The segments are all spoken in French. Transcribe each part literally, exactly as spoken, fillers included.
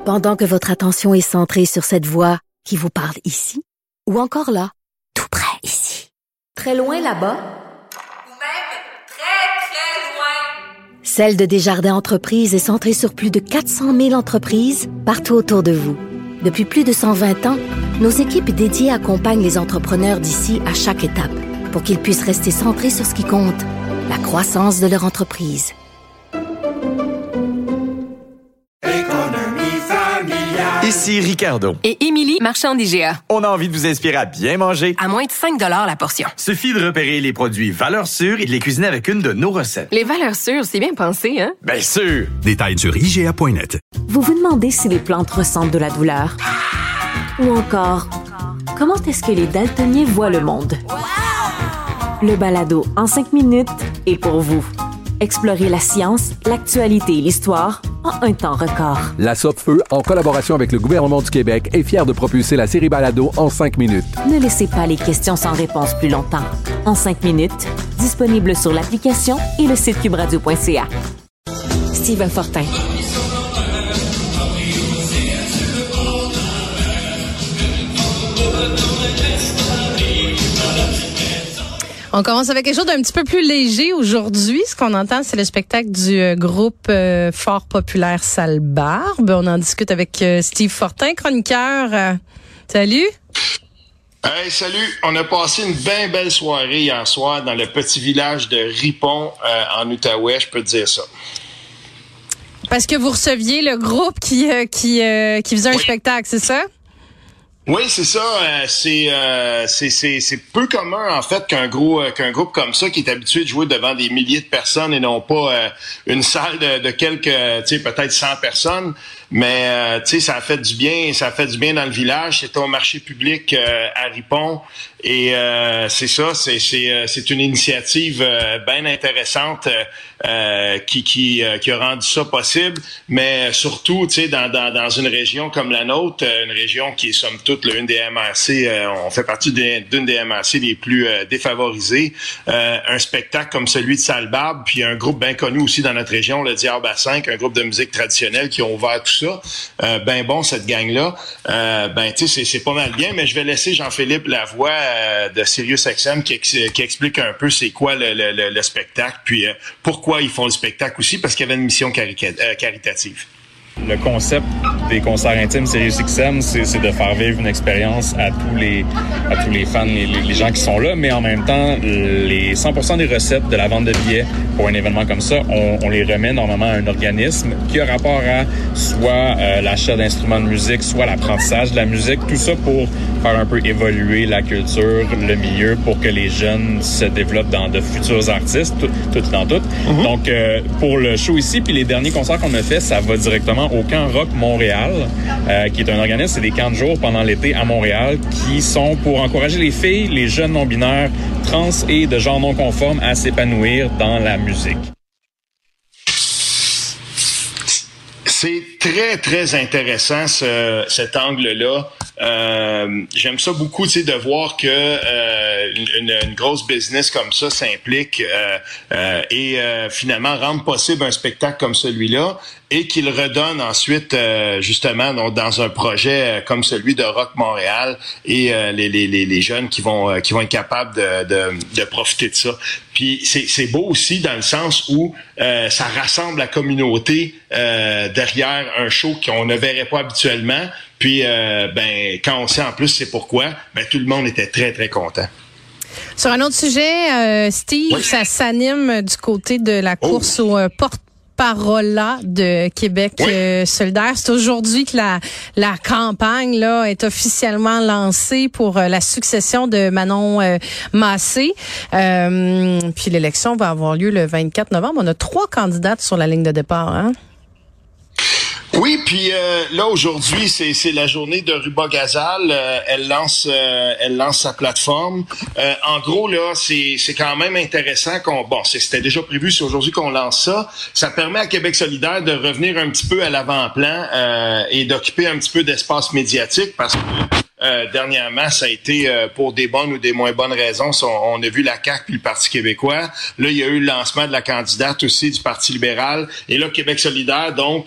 Pendant que votre attention est centrée sur cette voix qui vous parle ici, ou encore là, tout près ici, très loin là-bas, ou même très, très loin. Celle de Desjardins Entreprises est centrée sur plus de quatre cent mille entreprises partout autour de vous. Depuis plus de cent vingt ans, nos équipes dédiées accompagnent les entrepreneurs d'ici à chaque étape pour qu'ils puissent rester centrés sur ce qui compte, la croissance de leur entreprise. Ici Ricardo. Et Émilie, marchand d'I G A. On a envie de vous inspirer à bien manger. À moins de cinq dollars la portion. Suffit de repérer les produits valeurs sûres et de les cuisiner avec une de nos recettes. Les valeurs sûres, c'est bien pensé, hein? Bien sûr! Détails sur I G A point net. Vous vous demandez si les plantes ressentent de la douleur? Ou encore, comment est-ce que les daltoniens voient le monde? Le balado en cinq minutes est pour vous. Explorez la science, l'actualité et l'histoire en un temps record. La Sopfeu, en collaboration avec le gouvernement du Québec, est fière de propulser la série Balado en cinq minutes. Ne laissez pas les questions sans réponse plus longtemps. En cinq minutes, disponible sur l'application et le site cube radio point c a. Steve Fortin. On commence avec quelque chose d'un petit peu plus léger aujourd'hui. Ce qu'on entend, c'est le spectacle du euh, groupe euh, fort populaire Sale Barbe. On en discute avec euh, Steve Fortin, chroniqueur. Euh, salut! Hey, salut! On a passé une bien belle soirée hier soir dans le petit village de Ripon, euh, en Outaouais, je peux te dire ça. Parce que vous receviez le groupe qui, euh, qui, euh, qui faisait un oui. spectacle, c'est ça? Oui, c'est ça. Euh, c'est, euh, c'est c'est c'est peu commun en fait qu'un gros euh, qu'un groupe comme ça qui est habitué de jouer devant des milliers de personnes et non pas euh, une salle de, de quelques, tu sais, peut-être cent personnes. Mais euh, tu sais, ça a fait du bien, ça a fait du bien dans le village. C'était au marché public euh, à Ripon et euh, c'est ça, c'est c'est euh, c'est une initiative euh, bien intéressante euh, qui qui euh, qui a rendu ça possible. Mais surtout, tu sais, dans dans dans une région comme la nôtre, une région qui est somme toute l'une des M R C, euh, on fait partie d'une des M R C les plus euh, défavorisées. Euh, un spectacle comme celui de Sale Barbe, puis un groupe bien connu aussi dans notre région, le Diable à cinq, un groupe de musique traditionnelle qui ont ouvert tout ça. Euh, ben bon, cette gang-là, euh, ben tu sais, c'est, c'est pas mal bien, mais je vais laisser Jean-Philippe Lavoie euh, de SiriusXM M qui, ex- qui explique un peu c'est quoi le, le, le, le spectacle, puis euh, pourquoi ils font le spectacle aussi, parce qu'il y avait une mission carica- euh, caritative. Le concept des concerts intimes SiriusXM, c'est, c'est de faire vivre une expérience à tous les à tous les fans, les, les gens qui sont là, mais en même temps, les cent pour cent des recettes de la vente de billets pour un événement comme ça, on, on les remet normalement à un organisme qui a rapport à soit euh, l'achat d'instruments de musique, soit l'apprentissage de la musique, tout ça pour faire un peu évoluer la culture, le milieu, pour que les jeunes se développent dans de futurs artistes, tout, tout dans tout. Mm-hmm. Donc, euh, pour le show ici, puis les derniers concerts qu'on a fait, ça va directement au Camp Rock Montréal, euh, qui est un organisme, c'est des camps de jour pendant l'été à Montréal, qui sont pour encourager les filles, les jeunes non-binaires, trans et de genre non conforme à s'épanouir dans la musique. C'est très, très intéressant, ce, cet angle-là. Euh, j'aime ça beaucoup, tu sais, de voir que euh, une, une grosse business comme ça s'implique euh, euh, et euh, finalement rendre possible un spectacle comme celui-là et qu'il redonne ensuite, euh, justement, donc, dans un projet euh, comme celui de Rock Montréal et euh, les, les, les, les jeunes qui vont euh, qui vont être capables de, de, de profiter de ça. Puis c'est, c'est beau aussi dans le sens où euh, ça rassemble la communauté euh, derrière un show qu'on ne verrait pas habituellement. Puis, euh, ben, quand on sait en plus c'est pourquoi, ben tout le monde était très, très content. Sur un autre sujet, euh, Steve, oui. Ça s'anime du côté de la course oh. au euh, porte-parole de Québec oui. euh, solidaire. C'est aujourd'hui que la, la campagne là est officiellement lancée pour euh, la succession de Manon euh, Massé. Euh, puis l'élection va avoir lieu le vingt-quatre novembre. On a trois candidates sur la ligne de départ, hein? Oui, puis euh, là aujourd'hui c'est c'est la journée de Ruba Gazal. Euh, elle lance euh, elle lance sa plateforme. Euh, en gros là c'est c'est quand même intéressant qu'on bon c'est, c'était déjà prévu, c'est aujourd'hui qu'on lance ça. Ça permet à Québec solidaire de revenir un petit peu à l'avant-plan euh, et d'occuper un petit peu d'espace médiatique parce que euh, dernièrement, ça a été euh, pour des bonnes ou des moins bonnes raisons. On, on a vu la C A Q puis le Parti québécois. Là, il y a eu le lancement de la candidate aussi du Parti libéral. Et là, Québec solidaire, donc,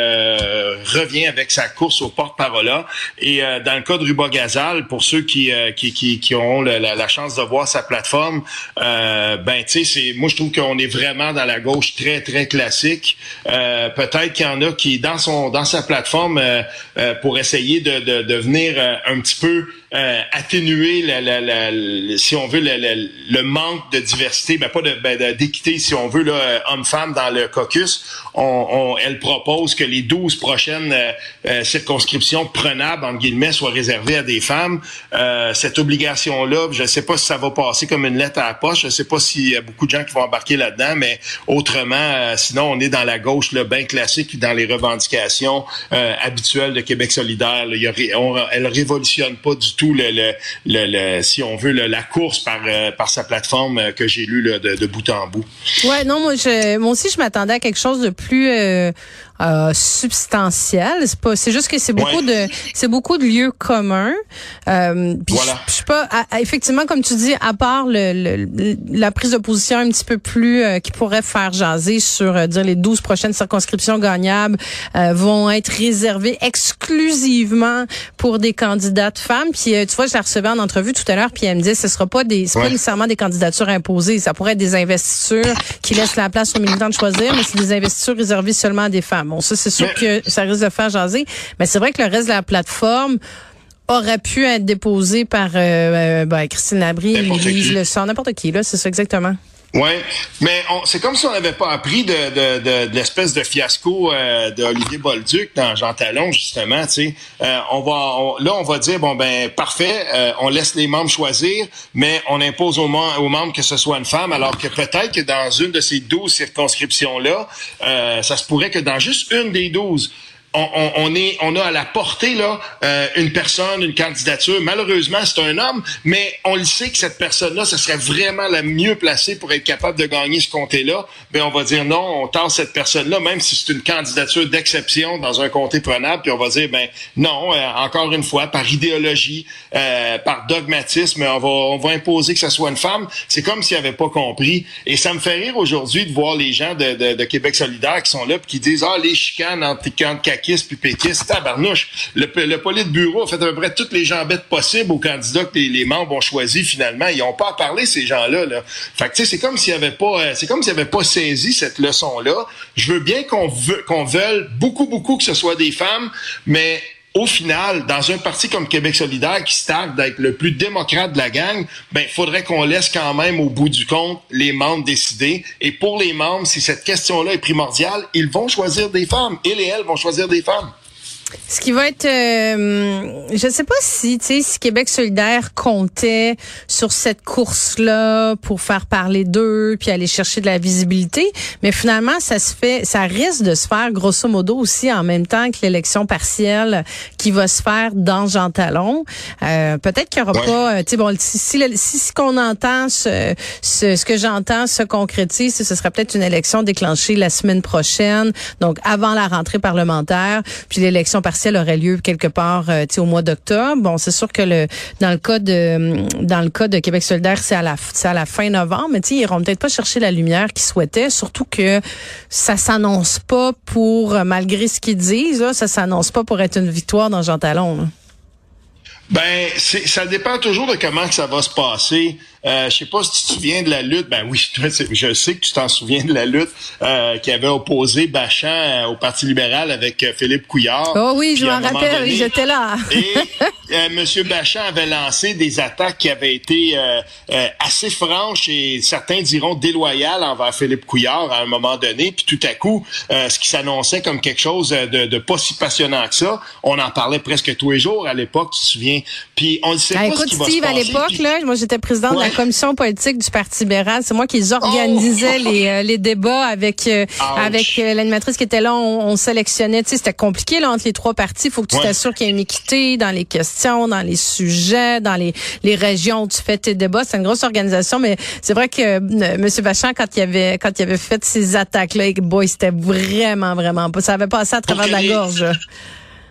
euh, revient avec sa course au porte-parole. Et euh, dans le cas de Ruba Gazal, pour ceux qui euh, qui, qui qui auront la, la, la chance de voir sa plateforme, euh, ben tu sais, c'est moi je trouve qu'on est vraiment dans la gauche très très classique. Euh, peut-être qu'il y en a qui dans son dans sa plateforme euh, euh, pour essayer de de, de venir euh, un petit peu Euh, atténuer la, la, la, la, si on veut le, le, le manque de diversité, ben pas de, ben, de d'équité si on veut là, homme-femme dans le caucus. On, on, elle propose que les douze prochaines euh, euh, circonscriptions prenables entre guillemets soient réservées à des femmes. Euh, cette obligation-là, je ne sais pas si ça va passer comme une lettre à la poche. Je ne sais pas s'il y a beaucoup de gens qui vont embarquer là-dedans, mais autrement, euh, sinon on est dans la gauche là, bien classique, dans les revendications euh, habituelles de Québec solidaire. Là. Il y a, on, elle révolutionne pas du tout. Le, le, le, le, si on veut, le, la course par euh, par sa plateforme euh, que j'ai lue là, de, de bout en bout. Ouais, non, moi, je, moi aussi, je m'attendais à quelque chose de plus euh, euh, substantiel. C'est pas, c'est juste que c'est beaucoup ouais. de, c'est beaucoup de lieux communs. Euh, voilà. Je, je suis pas, à, à, effectivement, comme tu dis, à part le, le la prise de position un petit peu plus euh, qui pourrait faire jaser sur euh, dire les douze prochaines circonscriptions gagnables euh, vont être réservées exclusivement pour des candidates femmes. Puis tu vois, je la recevais en entrevue tout à l'heure, puis elle me disait, ce sera pas des, c'est ouais. pas nécessairement des candidatures imposées, ça pourrait être des investitures qui laissent la place aux militants de choisir, mais c'est des investitures réservées seulement à des femmes. Bon, ça, c'est sûr mais... que ça risque de faire jaser, mais c'est vrai que le reste de la plateforme aurait pu être déposé par euh, ben, Christine Labrie, Élise Le Sort, n'importe qui, là, c'est ça exactement. Oui, mais on, c'est comme si on n'avait pas appris de, de, de, de l'espèce de fiasco euh, d'Olivier Bolduc dans Jean Talon, justement. Tu sais, euh, on va, on, là, on va dire bon ben parfait, euh, on laisse les membres choisir, mais on impose aux, aux membres que ce soit une femme, alors que peut-être que dans une de ces douze circonscriptions-là, euh, ça se pourrait que dans juste une des douze, On, on, on est, on a à la portée là euh, une personne, une candidature. Malheureusement, c'est un homme, mais on le sait que cette personne-là, ce serait vraiment la mieux placée pour être capable de gagner ce comté-là. Ben on va dire non, on tasse cette personne-là, même si c'est une candidature d'exception dans un comté prenable, puis on va dire ben non, euh, encore une fois, par idéologie, euh, par dogmatisme, on va, on va imposer que ce soit une femme. C'est comme s'ils n'avaient pas compris. Et ça me fait rire aujourd'hui de voir les gens de, de, de Québec solidaire qui sont là, puis qui disent ah les chicanes entre camps de puis péquiste, tabarnouche. Le, le politburo a fait à peu près toutes les jambettes possibles aux candidats que les, les membres ont choisis finalement. Ils n'ont pas à parler, ces gens-là. Là. Fait que tu sais, c'est comme s'ils n'avaient pas, euh, c'est comme s'ils n'avaient pas saisi cette leçon-là. Je veux bien qu'on veut, qu'on veuille beaucoup, beaucoup que ce soit des femmes, mais au final, dans un parti comme Québec solidaire qui se targue d'être le plus démocrate de la gang, ben il faudrait qu'on laisse quand même au bout du compte les membres décider. Et pour les membres, si cette question-là est primordiale, ils vont choisir des femmes. Ils et elles vont choisir des femmes. Ce qui va être, euh, je sais pas si, tu sais, si Québec solidaire comptait sur cette course-là pour faire parler d'eux puis aller chercher de la visibilité, mais finalement, ça se fait, ça risque de se faire grosso modo aussi en même temps que l'élection partielle qui va se faire dans Jean Talon. Euh, peut-être qu'il y aura ouais. pas, tu sais, bon, si, si, si ce qu'on entend, ce, ce, ce que j'entends se concrétise, ce serait peut-être une élection déclenchée la semaine prochaine, donc avant la rentrée parlementaire, puis l'élection partielle aurait lieu quelque part euh, tu sais au mois d'octobre. Bon, c'est sûr que le dans le cas de dans le cas de Québec solidaire, c'est à la c'est à la fin novembre, mais tu sais ils iront peut-être pas chercher la lumière qu'ils souhaitaient, surtout que ça s'annonce pas pour malgré ce qu'ils disent, là, ça s'annonce pas pour être une victoire dans Jean Talon. Là. Ben, c'est, ça dépend toujours de comment que ça va se passer. Euh, je sais pas si tu te souviens de la lutte. Ben oui, je sais que tu t'en souviens de la lutte euh, qui avait opposé Bachand euh, au Parti libéral avec euh, Philippe Couillard. Oh oui, je m'en rappelle, donné, j'étais là. Et euh, Monsieur Bachand avait lancé des attaques qui avaient été euh, euh, assez franches et certains diront déloyales envers Philippe Couillard à un moment donné. Puis tout à coup, euh, ce qui s'annonçait comme quelque chose de, de pas si passionnant que ça, on en parlait presque tous les jours à l'époque, tu te souviens. Puis on ne sait ben, pas écoute, ce qui Steve, va se passer. À l'époque, puis... là, moi j'étais présidente ouais. de la commission politique du Parti libéral. C'est moi qui les organisais oh! les, euh, les débats avec euh, avec euh, l'animatrice qui était là. On, on sélectionnait. Tu sais, c'était compliqué là entre les trois partis. Il faut que tu ouais. t'assures qu'il y ait une équité dans les questions, dans les sujets, dans les les régions où tu fais tes débats. C'est une grosse organisation, mais c'est vrai que euh, M. Bachand, quand il avait quand il avait fait ces attaques là, boy, c'était vraiment vraiment pas. Ça avait passé à travers de la gorge.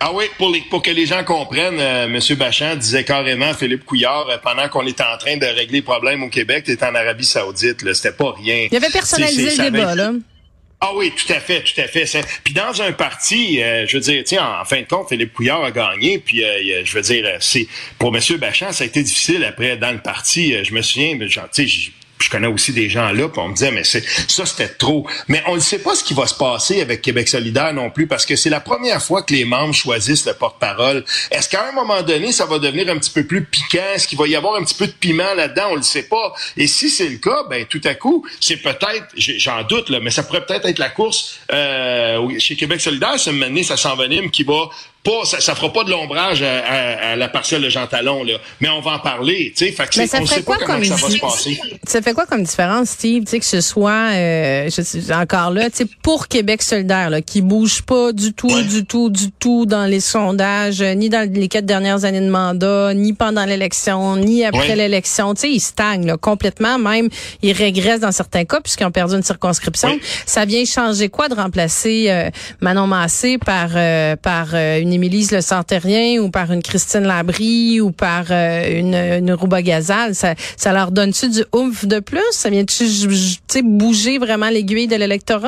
Ah oui, pour, les, pour que les gens comprennent, euh, M. Bachand disait carrément à Philippe Couillard, euh, pendant qu'on était en train de régler les problèmes au Québec, t'étais en Arabie Saoudite, là, c'était pas rien. Il avait personnalisé c'est, c'est, le débat, avait... là. Ah oui, tout à fait, tout à fait. C'est... Puis dans un parti, euh, je veux dire, tiens, en, en fin de compte, Philippe Couillard a gagné, puis euh, je veux dire, c'est pour M. Bachand, ça a été difficile après dans le parti. Euh, je me souviens, genre, tu sais, je connais aussi des gens là, puis on me disait, mais c'est ça, c'était trop. Mais on ne sait pas ce qui va se passer avec Québec solidaire non plus, parce que c'est la première fois que les membres choisissent le porte-parole. Est-ce qu'à un moment donné, ça va devenir un petit peu plus piquant? Est-ce qu'il va y avoir un petit peu de piment là-dedans? On le sait pas. Et si c'est le cas, ben tout à coup, c'est peut-être, j'en doute, là, mais ça pourrait peut-être être la course euh, chez Québec solidaire, ce moment donné, ça s'envenime, qui va pas, ça, ça fera pas de l'ombrage à, à, à la partielle de Jean Talon, là. Mais on va en parler, tu sais. Fait que Mais ça on fait sait quoi pas comment comme ça va di- se passer. Ça fait quoi comme différence, Steve, tu sais, que ce soit, euh, je sais, encore là, tu sais, pour Québec solidaire, là, qui bouge pas du tout, Ouais. du tout, du tout dans les sondages, euh, ni dans les quatre dernières années de mandat, ni pendant l'élection, ni après Ouais. l'élection. Tu sais, ils stagnent, là, complètement. Même, ils régressent dans certains cas puisqu'ils ont perdu une circonscription. Ouais. Ça vient changer quoi de remplacer euh, Manon Massé par euh, par euh, une Émilise Le Santerrien ou par une Christine Labrie ou par euh, une, une Rouba Gazal? Ça, ça leur donne-tu du oomph de plus? Ça vient-tu, tu sais, bouger vraiment l'aiguille de l'électorat?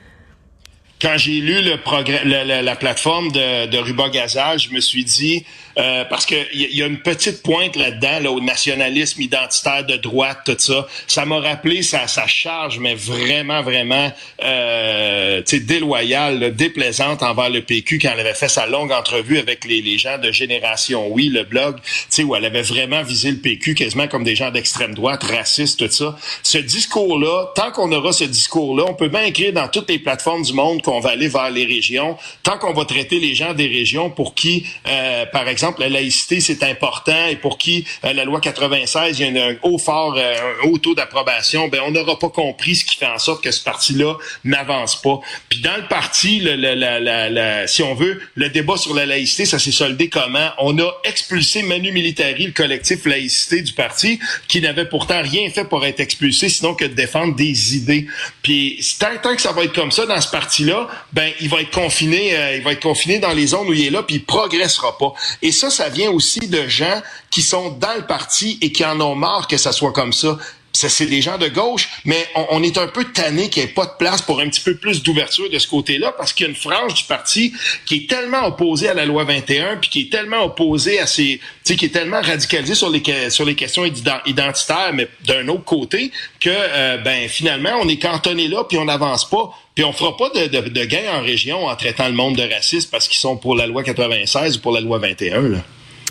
Quand j'ai lu le progrès, la, la, la plateforme de, de Ruba Gazal, je me suis dit, euh, parce que il y, y a une petite pointe là-dedans, là, au nationalisme identitaire de droite, tout ça. Ça m'a rappelé sa, sa charge, mais vraiment, vraiment, euh, tu sais, déloyale, là, déplaisante envers le P Q quand elle avait fait sa longue entrevue avec les, les gens de Génération Oui, le blog, tu sais, où elle avait vraiment visé le P Q quasiment comme des gens d'extrême droite, racistes, tout ça. Ce discours-là, tant qu'on aura ce discours-là, on peut bien écrire dans toutes les plateformes du monde qu'on va aller vers les régions, tant qu'on va traiter les gens des régions pour qui, euh, par exemple, la laïcité, c'est important et pour qui euh, la loi quatre-vingt-seize, il y a un haut fort, euh, un haut taux d'approbation, ben on n'aura pas compris ce qui fait en sorte que ce parti-là n'avance pas. Puis dans le parti, le, le, la, la, la, si on veut, le débat sur la laïcité, ça s'est soldé comment? On a expulsé Manu Militari, le collectif laïcité du parti, qui n'avait pourtant rien fait pour être expulsé, sinon que de défendre des idées. Puis tant, tant que ça va être comme ça dans ce parti-là, ben il va être confiné, euh, il va être confiné dans les zones où il est là, puis il progressera pas. Et ça, ça vient aussi de gens qui sont dans le parti et qui en ont marre que ça soit comme ça. Ça, c'est des gens de gauche, mais on, on est un peu tanné qu'il n'y ait pas de place pour un petit peu plus d'ouverture de ce côté-là, parce qu'il y a une frange du parti qui est tellement opposée à la loi vingt et un, puis qui est tellement opposée à ces, tu sais, qui est tellement radicalisée sur les sur les questions identitaires, mais d'un autre côté, que euh, ben finalement on est cantonné là, puis on n'avance pas. Puis on fera pas de, de, de gain en région en traitant le monde de raciste parce qu'ils sont pour la loi quatre-vingt-seize ou pour la loi vingt et un, là.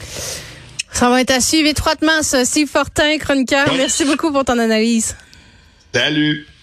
Ça va être à suivre étroitement, ça. Steve Fortin, chroniqueur, Oui. merci beaucoup pour ton analyse. Salut!